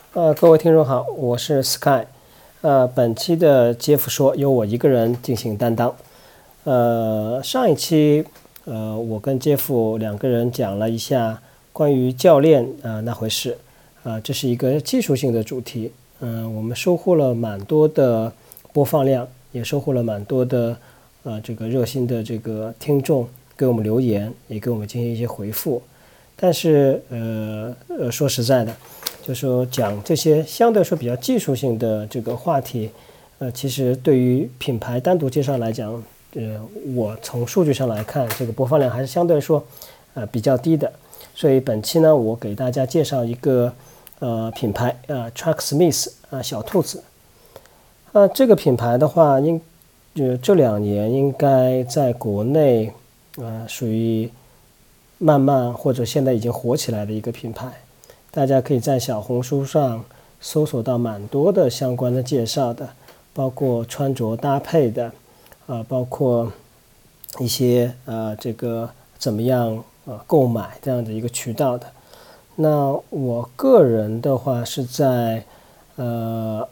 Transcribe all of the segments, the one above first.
各位听众好，我是 Sky。本期的杰夫说由我一个人进行担当。上一期我跟杰夫两个人讲了一下关于教练那回事。这是一个技术性的主题。我们收获了蛮多的播放量，也收获了蛮多的这个热心的这个听众给我们留言，也给我们进行一些回复。但是说实在的，就是说讲这些相对来说比较技术性的这个话题，其实对于品牌单独介绍来讲，我从数据上来看，这个播放量还是相对来说比较低的。所以本期呢，我给大家介绍一个品牌Tracksmith 小兔子。这个品牌的话，这2年应该在国内属于慢慢或者现在已经火起来的一个品牌。大家可以在小红书上搜索到蛮多的相关的介绍的，包括穿着搭配的，包括一些这个怎么样购买这样的一个渠道的。那我个人的话是在让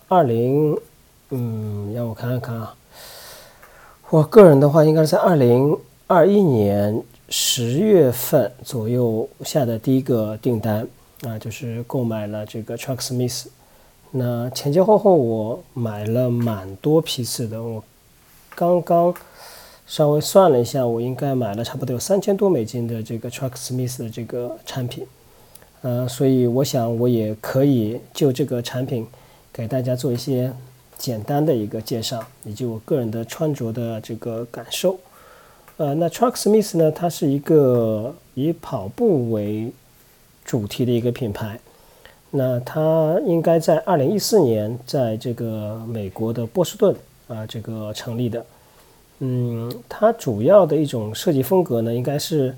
我看看啊，我个人的话应该是在2021年10月份左右下的第一个订单。就是购买了这个 Tracksmith。那前前后后我买了蛮多批次的，我刚刚稍微算了一下，我应该买了差不多有$3000多的这个 Tracksmith 的这个产品。所以我想我也可以就这个产品给大家做一些简单的一个介绍，以及我个人的穿着的这个感受。那 Tracksmith 呢，它是一个以跑步为主题的一个品牌。那它应该在2014年在这个美国的波士顿这个成立的。它主要的一种设计风格呢，应该是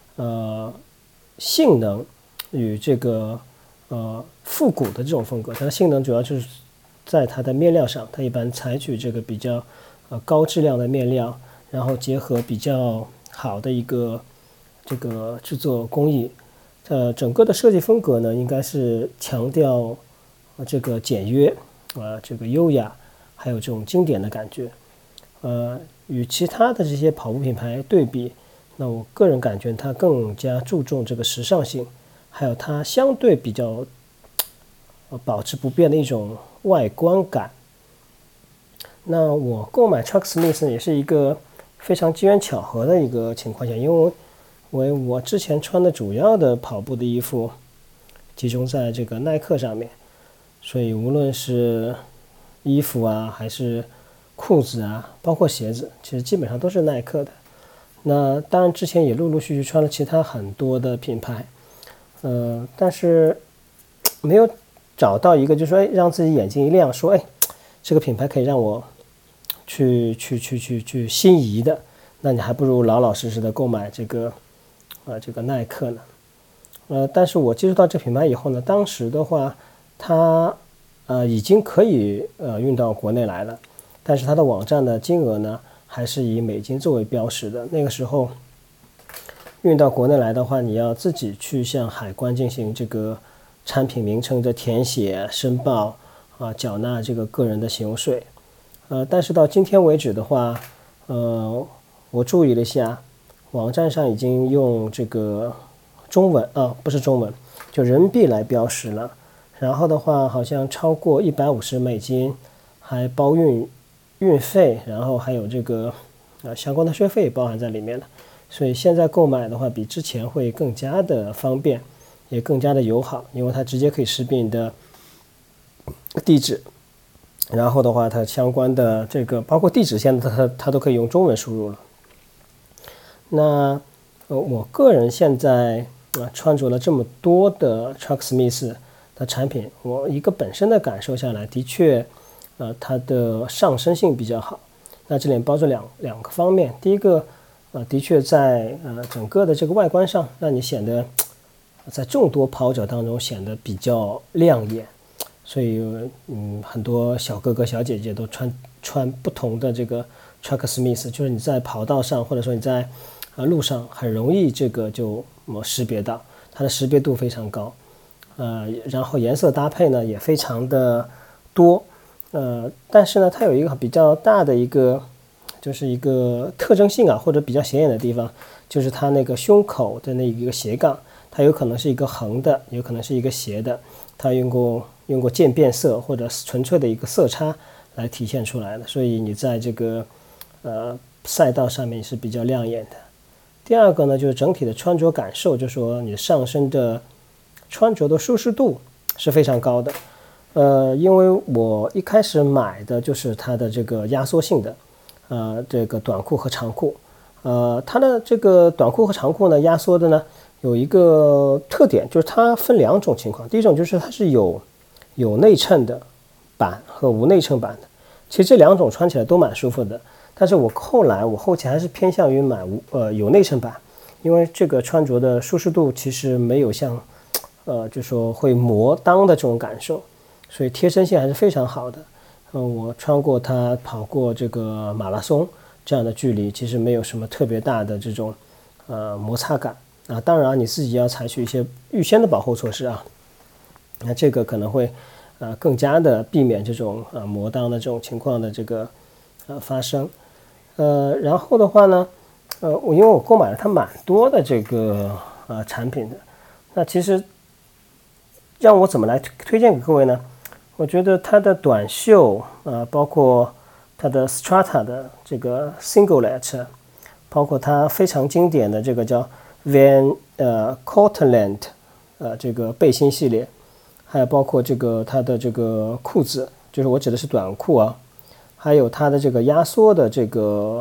性能与这个复古的这种风格。它的性能主要就是在它的面料上，它一般采取这个比较高质量的面料，然后结合比较好的一个这个制作工艺。整个的设计风格呢，应该是强调这个简约这个优雅，还有这种经典的感觉。与其他的这些跑步品牌对比，那我个人感觉它更加注重这个时尚性，还有它相对比较保持不变的一种外观感。那我购买 Tracksmith 也是一个非常机缘巧合的一个情况下，因为我之前穿的主要的跑步的衣服集中在这个耐克上面，所以无论是衣服还是裤子包括鞋子，其实基本上都是耐克的。那当然之前也陆陆续续穿了其他很多的品牌，但是没有找到一个就是说让自己眼睛一亮，说这个品牌可以让我去心仪的，那你还不如老老实实的购买这个耐克呢。但是我接触到这品牌以后呢，当时的话它已经可以运到国内来了，但是它的网站的金额呢还是以美金作为标识的。那个时候运到国内来的话，你要自己去向海关进行这个产品名称的填写申报缴纳这个个人的信用税。但是到今天为止的话，我注意了一下，网站上已经用这个中文不是中文，就人民币来标识了。然后的话，好像超过$150，还包运费，然后还有这个相关的税费包含在里面了。所以现在购买的话，比之前会更加的方便，也更加的友好，因为它直接可以识别你的地址。然后的话，它相关的这个包括地址，现在它都可以用中文输入了。那我个人现在穿着了这么多的 Tracksmith 的产品，我一个本身的感受下来，的确它的上身性比较好。那这里包着两个方面，第一个的确在整个的这个外观上，让你显得在众多跑者当中显得比较亮眼。所以很多小哥哥小姐姐都穿不同的这个 Tracksmith， 就是你在跑道上或者说你在路上很容易这个就识别到，它的识别度非常高。 然后颜色搭配呢也非常的多，但是呢它有一个比较大的一个就是一个特征性啊，或者比较显眼的地方，就是它那个胸口的那一个斜杠，它有可能是一个横的，有可能是一个斜的，它用过渐变色或者纯粹的一个色差来体现出来的，所以你在这个赛道上面是比较亮眼的。第二个呢，就是整体的穿着感受，就是说你上身的穿着的舒适度是非常高的。因为我一开始买的就是它的这个压缩性的，这个短裤和长裤。它的这个短裤和长裤呢，压缩的呢有一个特点，就是它分两种情况。第一种就是它是有内衬的版和无内衬版的，其实这两种穿起来都蛮舒服的。但是我后期还是偏向于买有内衬版，因为这个穿着的舒适度其实没有像就说会磨裆的这种感受，所以贴身性还是非常好的。我穿过它，跑过这个马拉松这样的距离，其实没有什么特别大的这种摩擦感啊。当然你自己要采取一些预先的保护措施啊，那这个可能会更加的避免这种磨裆的这种情况的这个发生。然后的话呢，因为我购买了它蛮多的这个产品的，那其实让我怎么来推荐给各位呢？我觉得它的短袖包括它的 Strata 的这个 Singlet， 包括它非常经典的这个叫 Van Cortlandt 这个背心系列，还有包括这个它的这个裤子，就是我指的是短裤啊。还有它的这个压缩的这个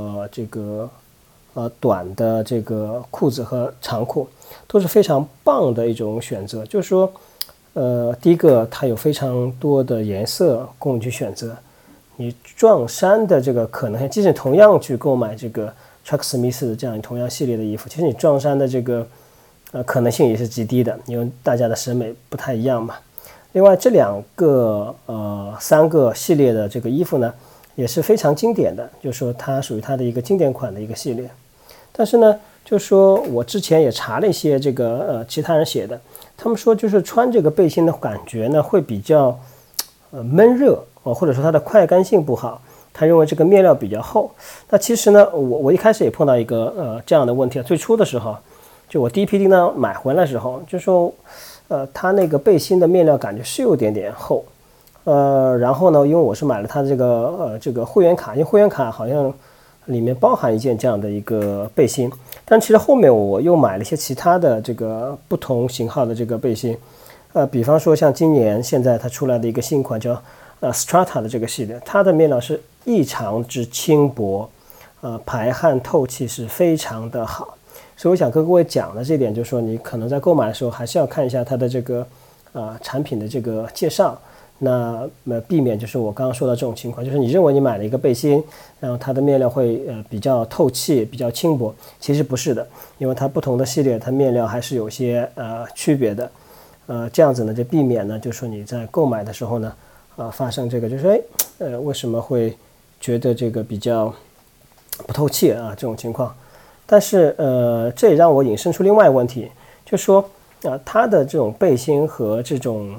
短的这个裤子和长裤都是非常棒的一种选择。就是说，第一个它有非常多的颜色供你去选择，你撞衫的这个可能性，即使同样去购买这个 Chuck Smith 的这样同样系列的衣服，其实你撞衫的这个可能性也是极低的，因为大家的审美不太一样嘛。另外这三个系列的这个衣服呢，也是非常经典的，就是说它属于它的一个经典款的一个系列。但是呢，就是说我之前也查了一些这个其他人写的，他们说就是穿这个背心的感觉呢会比较闷热或者说它的快干性不好，他认为这个面料比较厚。那其实呢，我一开始也碰到一个这样的问题，最初的时候，就我第一批订单买回来的时候，就说它那个背心的面料感觉是有点厚，然后呢，因为我是买了它的这个会员卡，因为会员卡好像里面包含一件这样的一个背心，但其实后面我又买了一些其他的这个不同型号的这个背心，比方说像今年现在它出来的一个新款叫Strata 的这个系列，它的面料是异常之轻薄，排汗透气是非常的好。所以我想跟各位讲的这点，就是说你可能在购买的时候还是要看一下它的这个产品的这个介绍，那避免就是我刚刚说的这种情况，就是你认为你买了一个背心，然后它的面料会比较透气、比较轻薄，其实不是的，因为它不同的系列它面料还是有些区别的，这样子呢就避免呢，就是说你在购买的时候呢发生这个就是为什么会觉得这个比较不透气啊这种情况。但是这也让我引申出另外一个问题，就是说它的这种背心和这种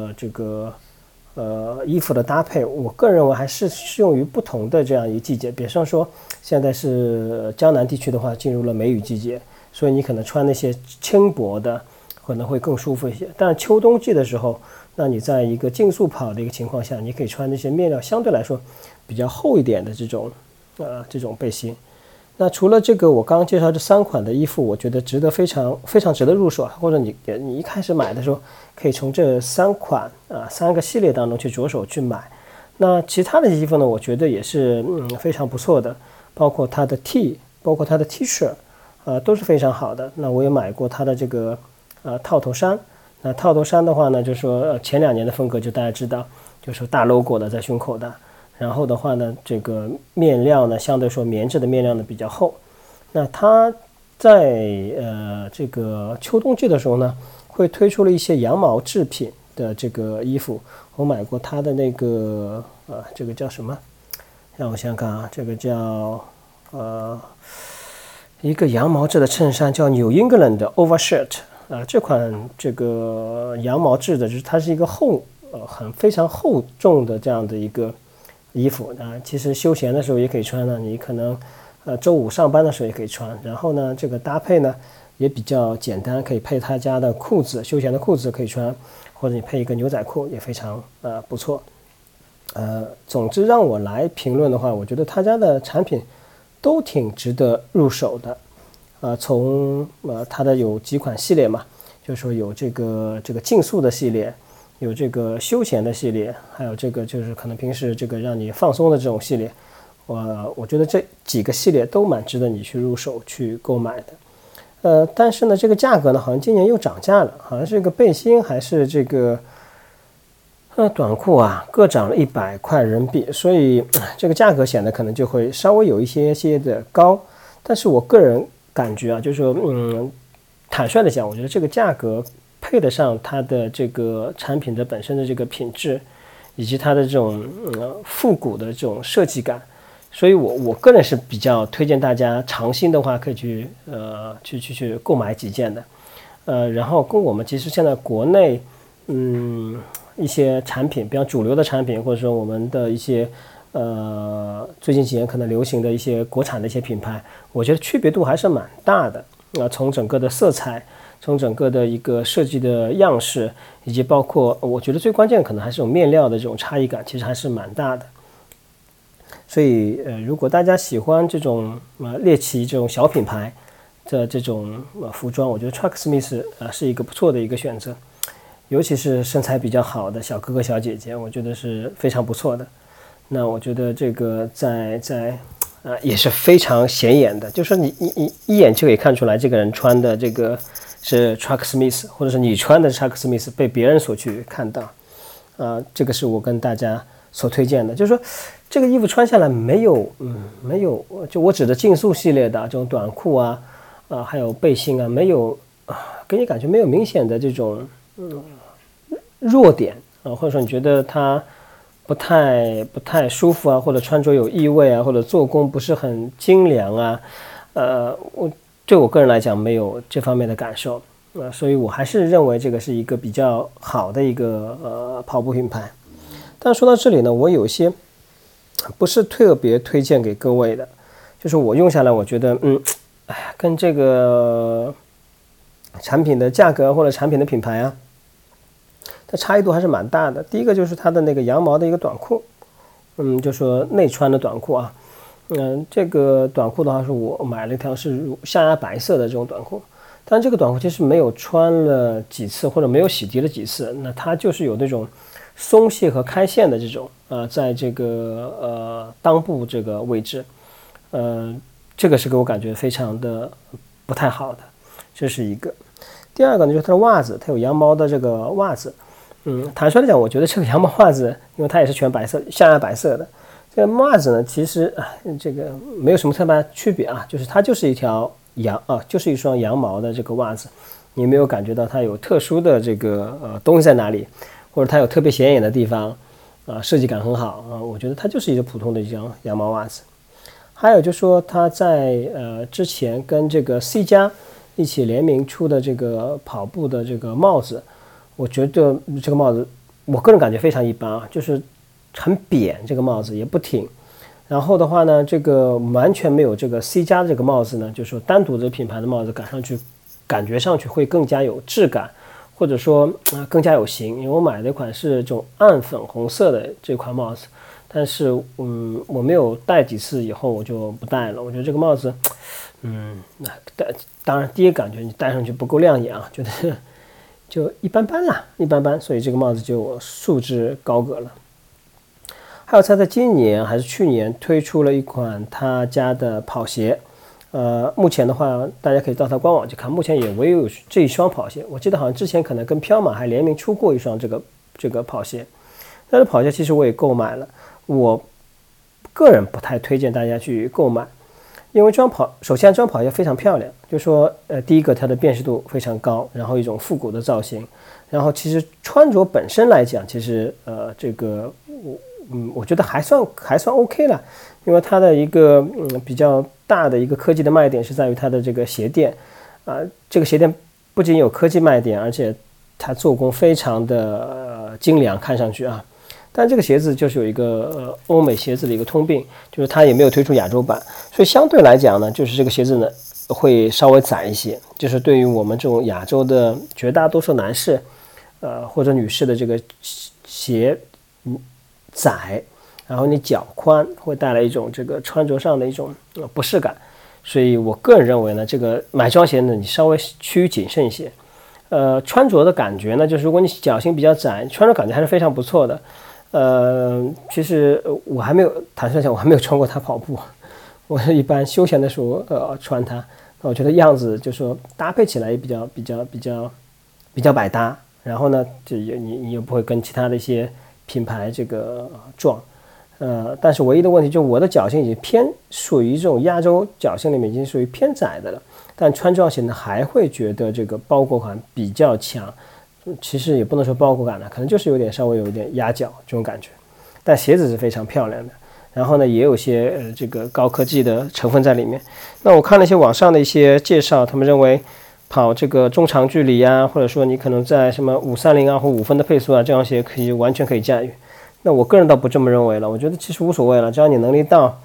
衣服的搭配，我个人认为还是适用于不同的这样一个季节。比方说现在是江南地区的话，进入了梅雨季节，所以你可能穿那些轻薄的可能会更舒服一些。但是秋冬季的时候，那你在一个竞速跑的一个情况下，你可以穿那些面料相对来说比较厚一点的这种背心。那除了这个我刚刚介绍这3款的衣服，我觉得非常非常值得入手，或者你一开始买的时候可以从这3款3个系列当中去着手去买。那其他的衣服呢，我觉得也是非常不错的，包括它的 T， 包括它的 T 恤都是非常好的。那我也买过它的这个套头衫。那套头衫的话呢，就是说前2年的风格就大家知道，就是大 logo 的在胸口的。然后的话呢，这个面料呢，相对说棉质的面料呢比较厚。那它在这个秋冬季的时候呢，会推出了一些羊毛制品的这个衣服。我买过它的那个这个叫什么？让我想想看啊，这个叫一个羊毛制的衬衫，叫 New England Overshirt 这款这个羊毛制的，就是它是一个非常厚重的这样的一个衣服啊，其实休闲的时候也可以穿呢，你可能周五上班的时候也可以穿。然后呢，这个搭配呢也比较简单，可以配他家的裤子，休闲的裤子可以穿，或者你配一个牛仔裤也非常不错。总之让我来评论的话，我觉得他家的产品都挺值得入手的。从它的有几款系列嘛，就是说有这个竞速的系列，有这个休闲的系列，还有这个就是可能平时这个让你放松的这种系列。我觉得这几个系列都蛮值得你去入手去购买的。但是呢，这个价格呢，好像今年又涨价了，好像是这个背心还是这个短裤啊，各涨了100块人民币，所以这个价格显得可能就会稍微有一些的高。但是我个人感觉啊，就是说，坦率的讲，我觉得这个价格配得上它的这个产品的本身的这个品质，以及它的这种复古的这种设计感，所以我个人是比较推荐大家尝新的话，可以去购买几件的。然后跟我们其实现在国内一些产品，比方主流的产品，或者说我们的一些最近几年可能流行的一些国产的一些品牌，我觉得区别度还是蛮大的。从整个的色彩，从整个的一个设计的样式，以及包括我觉得最关键的可能还是有面料的这种差异感，其实还是蛮大的。所以如果大家喜欢这种猎奇这种小品牌的这种服装，我觉得 Tracksmith 是一个不错的一个选择，尤其是身材比较好的小哥哥小姐姐，我觉得是非常不错的。那我觉得这个也是非常显眼的，就是说你一眼就可以看出来这个人穿的这个是 Tracksmith， 或者是你穿的 Tracksmith 被别人所去看到。这个是我跟大家所推荐的，就是说这个衣服穿下来没有，就我指的竞速系列的这种短裤啊，还有背心啊，没有给你感觉没有明显的这种弱点或者说你觉得它不太舒服啊，或者穿着有异味啊，或者做工不是很精良啊，对我个人来讲没有这方面的感受，所以我还是认为这个是一个比较好的一个跑步品牌。但说到这里呢，我有些不是特别推荐给各位的，就是我用下来我觉得跟这个产品的价格或者产品的品牌啊，它差异度还是蛮大的。第一个就是它的那个羊毛的一个短裤，就说内穿的短裤啊，这个短裤的话是我买了一条是象牙白色的这种短裤，但这个短裤其实没有穿了几次或者没有洗涤了几次，那它就是有那种松懈和开线的这种在这个裆部这个位置，这个是给我感觉非常的不太好的，这是一个。第二个呢，就是它的袜子，它有羊毛的这个袜子。坦率的讲，我觉得这个羊毛袜子，因为它也是全白色，象牙白色的，这个袜子呢，其实这个没有什么特别区别啊，就是它就是一条就是一双羊毛的这个袜子，你没有感觉到它有特殊的这个东西在哪里，或者它有特别显眼的地方设计感很好我觉得它就是一个普通的一双羊毛袜子。还有就是说，它在之前跟这个 C 加一起联名出的这个跑步的这个帽子，我觉得这个帽子我个人感觉非常一般就是很扁，这个帽子也不挺。然后的话呢，这个完全没有这个 C 加这个帽子呢，就是说单独的品牌的帽子感觉上去会更加有质感，或者说更加有型。因为我买的款是这种暗粉红色的这款帽子，但是我没有戴几次以后我就不戴了。我觉得这个帽子当然第一感觉你戴上去不够亮眼觉得就一般般啦，一般般，所以这个帽子就束之高阁了。还有他在今年还是去年推出了一款他家的跑鞋，目前的话大家可以到他官网去看，目前也唯有这一双跑鞋。我记得好像之前可能跟彪马还联名出过一双这个跑鞋，但是跑鞋其实我也购买了，我个人不太推荐大家去购买，因为首先这双跑鞋非常漂亮，就说第一个它的辨识度非常高，然后一种复古的造型，然后其实穿着本身来讲，其实这个我觉得还算 OK 了，因为它的一个比较大的一个科技的卖点是在于它的这个鞋垫这个鞋垫不仅有科技卖点，而且它做工非常的精良，看上去啊。但这个鞋子就是有一个欧美鞋子的一个通病，就是它也没有推出亚洲版，所以相对来讲呢，就是这个鞋子呢会稍微窄一些，就是对于我们这种亚洲的绝大多数男士，或者女士的这个鞋窄，然后你脚宽，会带来一种这个穿着上的一种不适感。所以我个人认为呢，这个买双鞋呢，你稍微趋于谨慎一些。穿着的感觉呢，就是如果你脚型比较窄，穿着感觉还是非常不错的。其实我还没有坦率讲，我还没有穿过它跑步。我是一般休闲的时候穿它，我觉得样子就是说搭配起来也比较百搭。然后呢，就你又不会跟其他的一些品牌这个撞。但是唯一的问题就是我的脚型已经偏属于这种亚洲脚型里面已经属于偏窄的了，但穿这双鞋呢还会觉得这个包裹感比较强。其实也不能说包裹感了，可能就是稍微有一点压脚这种感觉，但鞋子是非常漂亮的。然后呢，也有些这个高科技的成分在里面。那我看了一些网上的一些介绍，他们认为跑这个中长距离啊，或者说你可能在什么530啊或5分的配速啊，这双鞋完全可以驾驭。那我个人倒不这么认为了，我觉得其实无所谓了，只要你能力到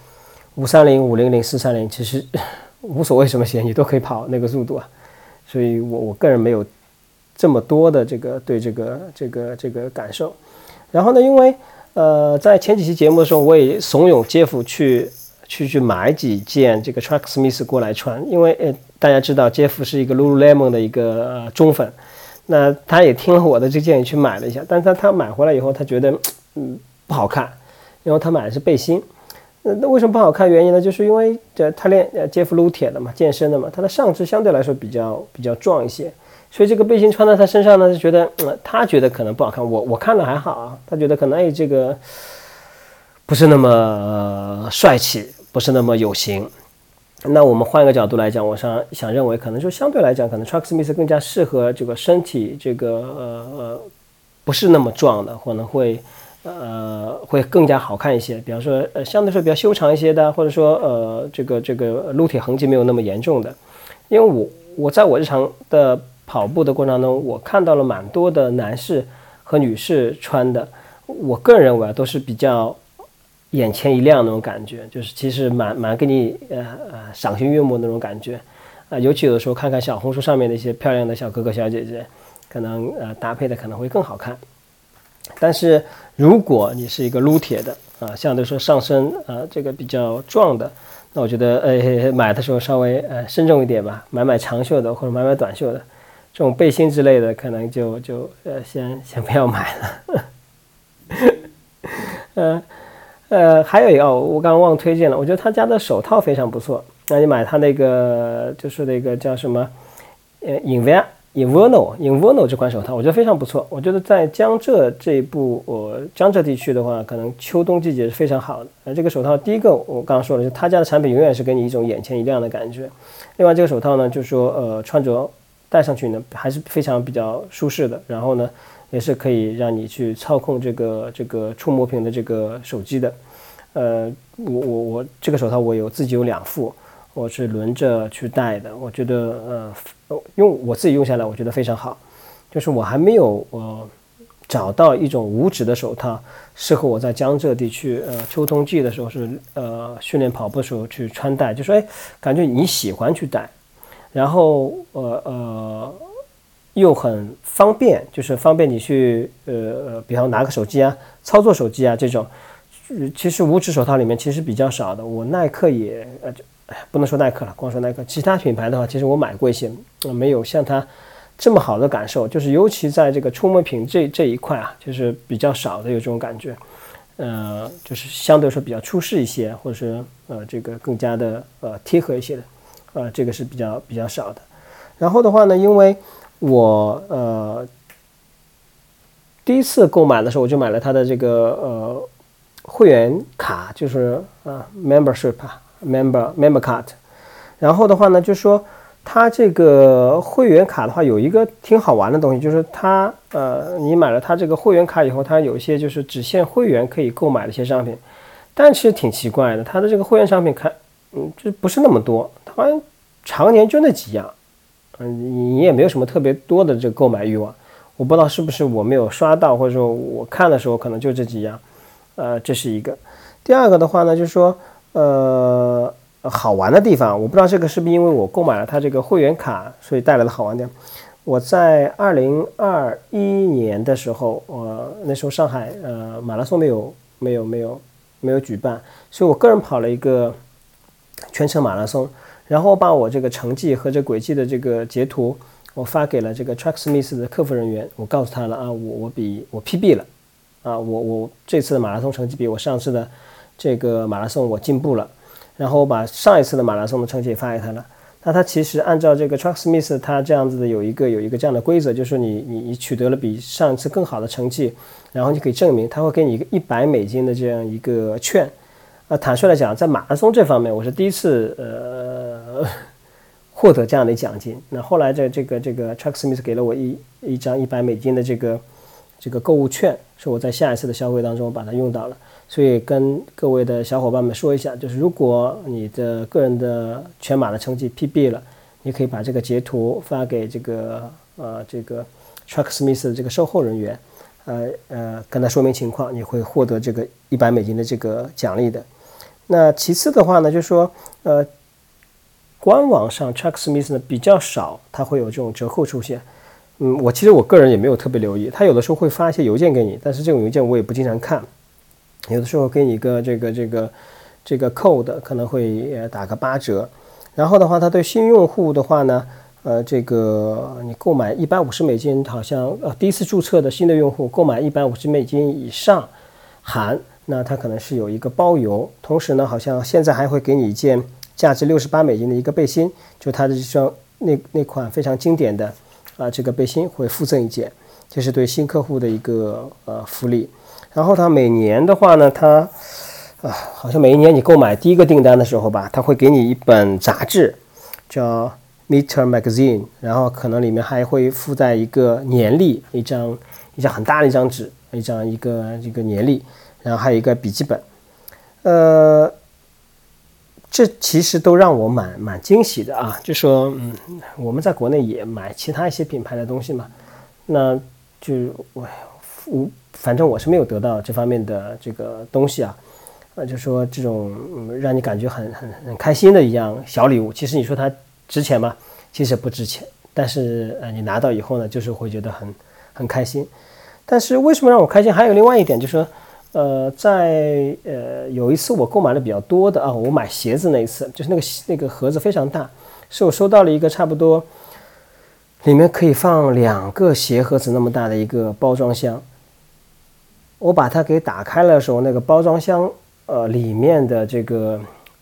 530、500、430，其实无所谓什么鞋你都可以跑那个速度啊。所以我个人没有这么多的这个对这个感受。然后呢，因为在前几期节目的时候，我也怂恿 Jeff 去买几件这个 Tracksmith 过来穿，因为大家知道 Jeff 是一个 Lululemon 的一个忠粉，那他也听了我的这建议去买了一下，但是他买回来以后，他觉得不好看，因为他买的是背心。那为什么不好看？原因呢，就是因为他练Jeff 撸铁的嘛，健身的嘛，他的上肢相对来说比较壮一些。所以这个背心穿在他身上呢，就觉得他觉得可能不好看，我看了还好啊，他觉得可能这个不是那么帅气，不是那么有型。那我们换一个角度来讲，我想认为可能就相对来讲，可能 Tracksmith 更加适合这个身体这个不是那么壮的，可能会更加好看一些。比方说相对来说比较修长一些的，或者说这个撸铁痕迹没有那么严重的。因为我在我日常的跑步的过程当中，我看到了蛮多的男士和女士穿的，我个人认为都是比较眼前一亮那种感觉，就是其实蛮给你赏心悦目那种感觉尤其有的时候看看小红书上面的一些漂亮的小哥哥小姐姐，可能搭配的可能会更好看。但是如果你是一个撸铁的相对说上身这个比较壮的，那我觉得买的时候稍微慎重一点吧，买长袖的或者买短袖的，这种背心之类的可能就先不要买了。还有一个我刚刚忘推荐了，我觉得他家的手套非常不错。那你买他那个就是那个叫什么Inverno 这款手套，我觉得非常不错。我觉得在江浙这一部江浙地区的话，可能秋冬季节是非常好的。这个手套第一个我刚刚说了，就他家的产品永远是给你一种眼前一亮的感觉。另外这个手套呢，就是说穿着戴上去呢还是非常比较舒适的，然后呢也是可以让你去操控这个触摸屏的这个手机的。我这个手套我自己有2副，我是轮着去戴的。我觉得用我自己用下来，我觉得非常好。就是我还没有找到一种无指的手套适合我在江浙地区秋冬季的时候是训练跑步的时候去穿戴，就说感觉你喜欢去戴，然后又很方便，就是方便你去比方拿个手机啊，操作手机啊这种。其实无指手套里面其实比较少的，我耐克也不能说耐克了，光说耐克，其他品牌的话，其实我买过一些，没有像它这么好的感受，就是尤其在这个触摸屏这一块就是比较少的有这种感觉，就是相对说比较出世一些，或者是这个更加的贴合一些的，这个是比较少的。然后的话呢，因为我第一次购买的时候，我就买了它的这个会员卡，就是membership member card。然后的话呢，就是说它这个会员卡的话，有一个挺好玩的东西，就是它你买了它这个会员卡以后，它有一些就是只限会员可以购买的一些商品，但其实挺奇怪的，它的这个会员商品就不是那么多，它好像常年就那几样你也没有什么特别多的这个购买欲望。我不知道是不是我没有刷到，或者说我看的时候可能就这几样，这是一个。第二个的话呢，就是说好玩的地方，我不知道这个是不是因为我购买了它这个会员卡，所以带来的好玩点。我在2021年的时候，那时候上海马拉松没有举办，所以我个人跑了一个全程马拉松，然后把我这个成绩和这轨迹的这个截图，我发给了这个 Tracksmith 的客服人员，我告诉他了啊，我 PB 了啊，我这次的马拉松成绩比我上次的这个马拉松我进步了，然后我把上一次的马拉松的成绩也发给他了。那他其实按照这个 Tracksmith 他这样子的有一个这样的规则，就是说你取得了比上一次更好的成绩，然后你可以证明，他会给你一个$100的这样一个券。坦率来讲，在马拉松这方面，我是第一次获得这样的奖金。那后来这个 Tracksmith 给了我一张$100的这个购物券，是我在下一次的消费当中把它用到了。所以跟各位的小伙伴们说一下，就是如果你的个人的全马的成绩 PB 了，你可以把这个截图发给这个Tracksmith 的这个售后人员，跟他说明情况，你会获得这个$100的这个奖励的。那其次的话呢，就是说官网上 Tracksmith 呢比较少，它会有这种折扣出现。其实我个人也没有特别留意，他有的时候会发一些邮件给你，但是这种邮件我也不经常看。有的时候给你一个这个 code 可能会打个8折，然后的话，它对新用户的话呢，这个你购买$150，好像第一次注册的新的用户购买$150以上含，那它可能是有一个包邮，同时呢，好像现在还会给你一件价值$68的一个背心，就它的这双那款非常经典的这个背心会附赠一件，这是对新客户的一个福利。然后它每年的话呢，它好像每一年你购买第一个订单的时候吧，它会给你一本杂志，叫 Meter Magazine， 然后可能里面还会附带一个年历，一张很大的一张纸，一个年历，然后还有一个笔记本，这其实都让我蛮惊喜的啊！就说我们在国内也买其他一些品牌的东西嘛，那就反正我是没有得到这方面的这个东西啊，就说这种让你感觉很开心的一样小礼物，其实你说它值钱吗？其实不值钱，但是你拿到以后呢，就是会觉得很开心。但是为什么让我开心？还有另外一点就是说，在有一次我购买的比较多的我买鞋子那一次，就是那个盒子非常大，是我收到了一个差不多里面可以放2个鞋盒子那么大的一个包装箱。我把它给打开了的时候，那个包装箱里面的这个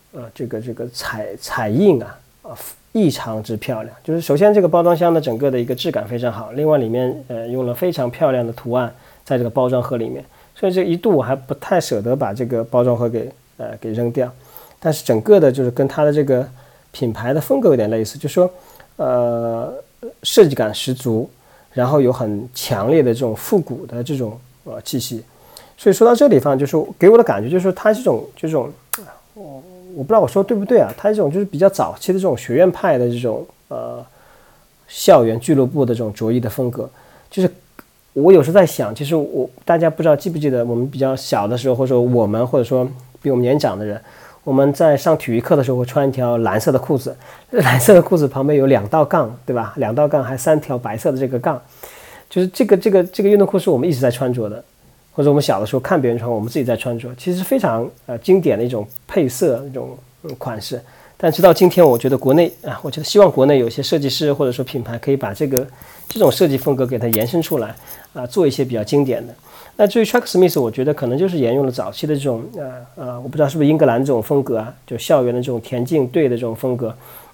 彩印异常之漂亮。就是首先这个包装箱的整个的一个质感非常好，另外里面用了非常漂亮的图案在这个包装盒里面，所以这一度我还不太舍得把这个包装盒给扔掉。但是整个的就是跟它的这个品牌的风格有点类似，就是说设计感十足，然后有很强烈的这种复古的这种气息。所以说到这个地方，就是给我的感觉就是说它这种我不知道我说对不对啊，它这种就是比较早期的这种学院派的这种校园俱乐部的这种着意的风格。就是我有时候在想，其实大家不知道记不记得我们比较小的时候，或者说或者说比我们年长的人，我们在上体育课的时候会穿一条蓝色的裤子，蓝色的裤子旁边有2道杠，对吧？2道杠还3条白色的这个杠，就是这个运动裤是我们一直在穿着的，或者我们小的时候看别人穿，我们自己在穿着，其实非常经典的一种配色一种款式。但直到今天，我觉得国内我觉得希望国内有些设计师或者说品牌可以把这种设计风格给它延伸出来做一些比较经典的。那至于 Tracksmith， 我觉得可能就是沿用了早期的这种我不知道是不是英格兰这种风格就校园的这种田径队的这种风格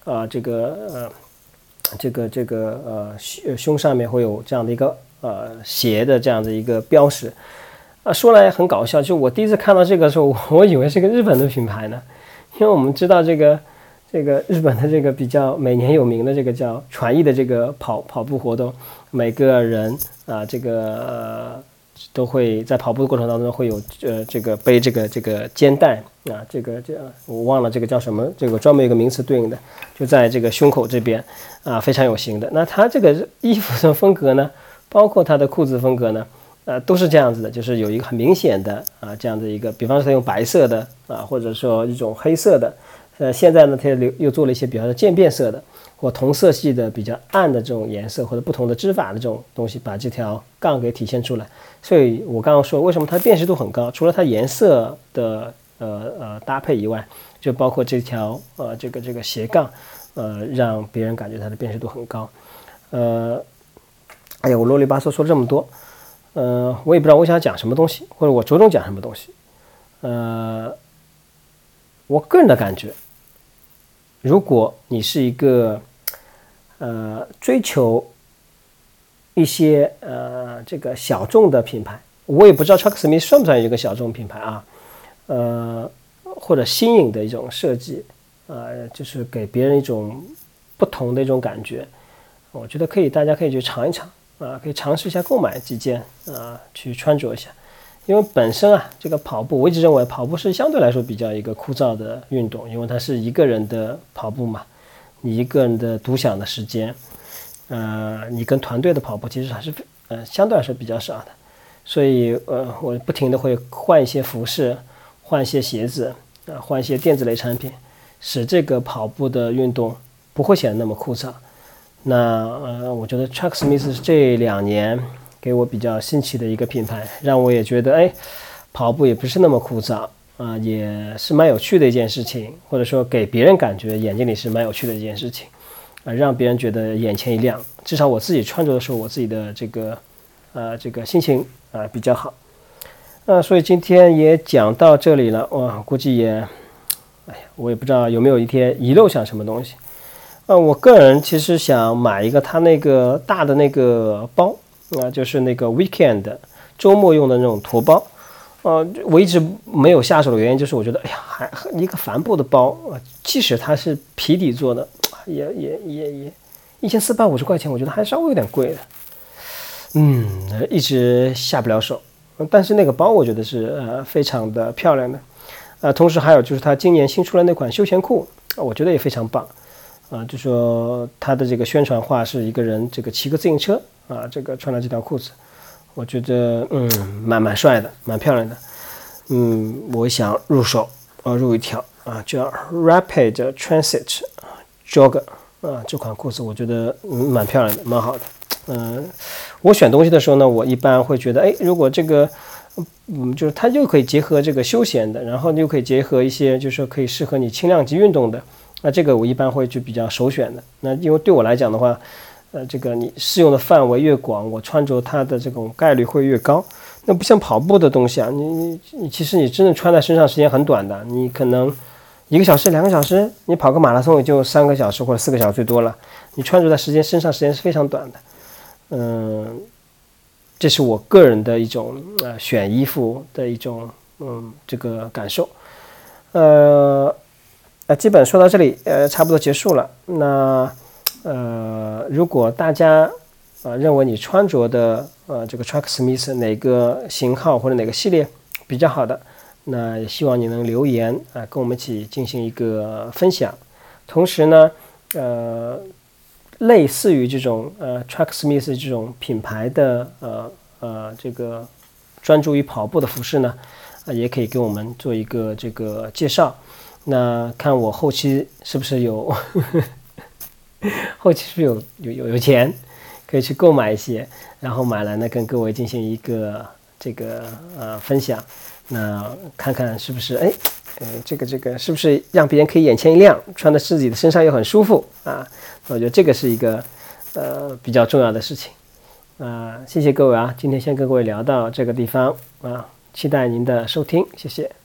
胸上面会有这样的一个鞋的这样的一个标识说来很搞笑，就我第一次看到这个时候，我以为是个日本的品牌呢，因为我们知道这个日本的这个比较每年有名的这个叫传艺的这个跑步活动，每个人都会在跑步的过程当中会有这个背这个肩带啊，我忘了这个叫什么，这个专门有个名词对应的，就在这个胸口这边啊，非常有型的。那它这个衣服的风格呢，包括它的裤子风格呢，都是这样子的，就是有一个很明显的啊这样的一个，比方说它用白色的啊，或者说一种黑色的，现在呢它又做了一些比方说渐变色的或同色系的比较暗的这种颜色，或者不同的织法的这种东西，把这条杠给体现出来。所以我刚刚说为什么它辨识度很高，除了它颜色的搭配以外，就包括这条这个斜杠让别人感觉它的辨识度很高。哎呀，我啰里吧嗦说了这么多，我也不知道我想讲什么东西，或者我着重讲什么东西。我个人的感觉，如果你是一个追求一些这个小众的品牌，我也不知道 Chuck Smith 算不算一个小众品牌啊，或者新颖的一种设计，就是给别人一种不同的一种感觉，我觉得大家可以去尝一尝啊，可以尝试一下购买几件啊，去穿着一下。因为本身啊，这个跑步我一直认为跑步是相对来说比较一个枯燥的运动，因为它是一个人的跑步嘛，你一个人的独享的时间，你跟团队的跑步其实还是相对来说比较少的，所以我不停的会换一些服饰，换一些鞋子，换一些电子类产品，使这个跑步的运动不会显得那么枯燥。那我觉得 Chuck Smith 是这2年给我比较新奇的一个品牌，让我也觉得跑步也不是那么枯燥啊，也是蛮有趣的一件事情，或者说给别人感觉眼睛里是蛮有趣的一件事情让别人觉得眼前一亮。至少我自己穿着的时候，我自己的这个心情比较好。所以今天也讲到这里了，估计也，我也不知道有没有一天遗漏下什么东西。我个人其实想买一个他那个大的那个包。就是那个 weekend 周末用的那种驮包，我一直没有下手的原因就是我觉得，还一个帆布的包，即使它是皮底做的，也1450块钱，我觉得还稍微有点贵的，一直下不了手。但是那个包我觉得是非常的漂亮的，同时还有就是它今年新出来那款休闲裤，我觉得也非常棒。就说它的这个宣传画是一个人这个骑个自行车这个穿了这条裤子，我觉得蛮帅的，蛮漂亮的。我想入手入一条叫 Rapid Transit Jogger 这款裤子我觉得蛮漂亮的，蛮好的。我选东西的时候呢，我一般会觉得如果这个就是它又可以结合这个休闲的，然后又可以结合一些就是说可以适合你轻量级运动的，那这个我一般会就比较首选的。那因为对我来讲的话，这个你适用的范围越广，我穿着它的这种概率会越高。那不像跑步的东西你其实你真正穿在身上时间很短的，你可能1个小时2个小时，你跑个马拉松也就3个小时或者4个小时最多了，你穿着在身上时间是非常短的。这是我个人的一种选衣服的一种这个感受。基本说到这里差不多结束了。那如果大家认为你穿着的这个 Chuck Smith 哪个型号或者哪个系列比较好的，那也希望你能留言跟我们一起进行一个分享。同时呢类似于这种Chuck Smith 这种品牌的这个专注于跑步的服饰呢也可以给我们做一个这个介绍。那看我后期是不是有后期是不是有钱可以去购买一些，然后买来呢跟各位进行一个这个分享。那看看是不是这个是不是让别人可以眼前一亮，穿的自己的身上又很舒服我觉得这个是一个比较重要的事情谢谢各位今天先跟各位聊到这个地方期待您的收听，谢谢。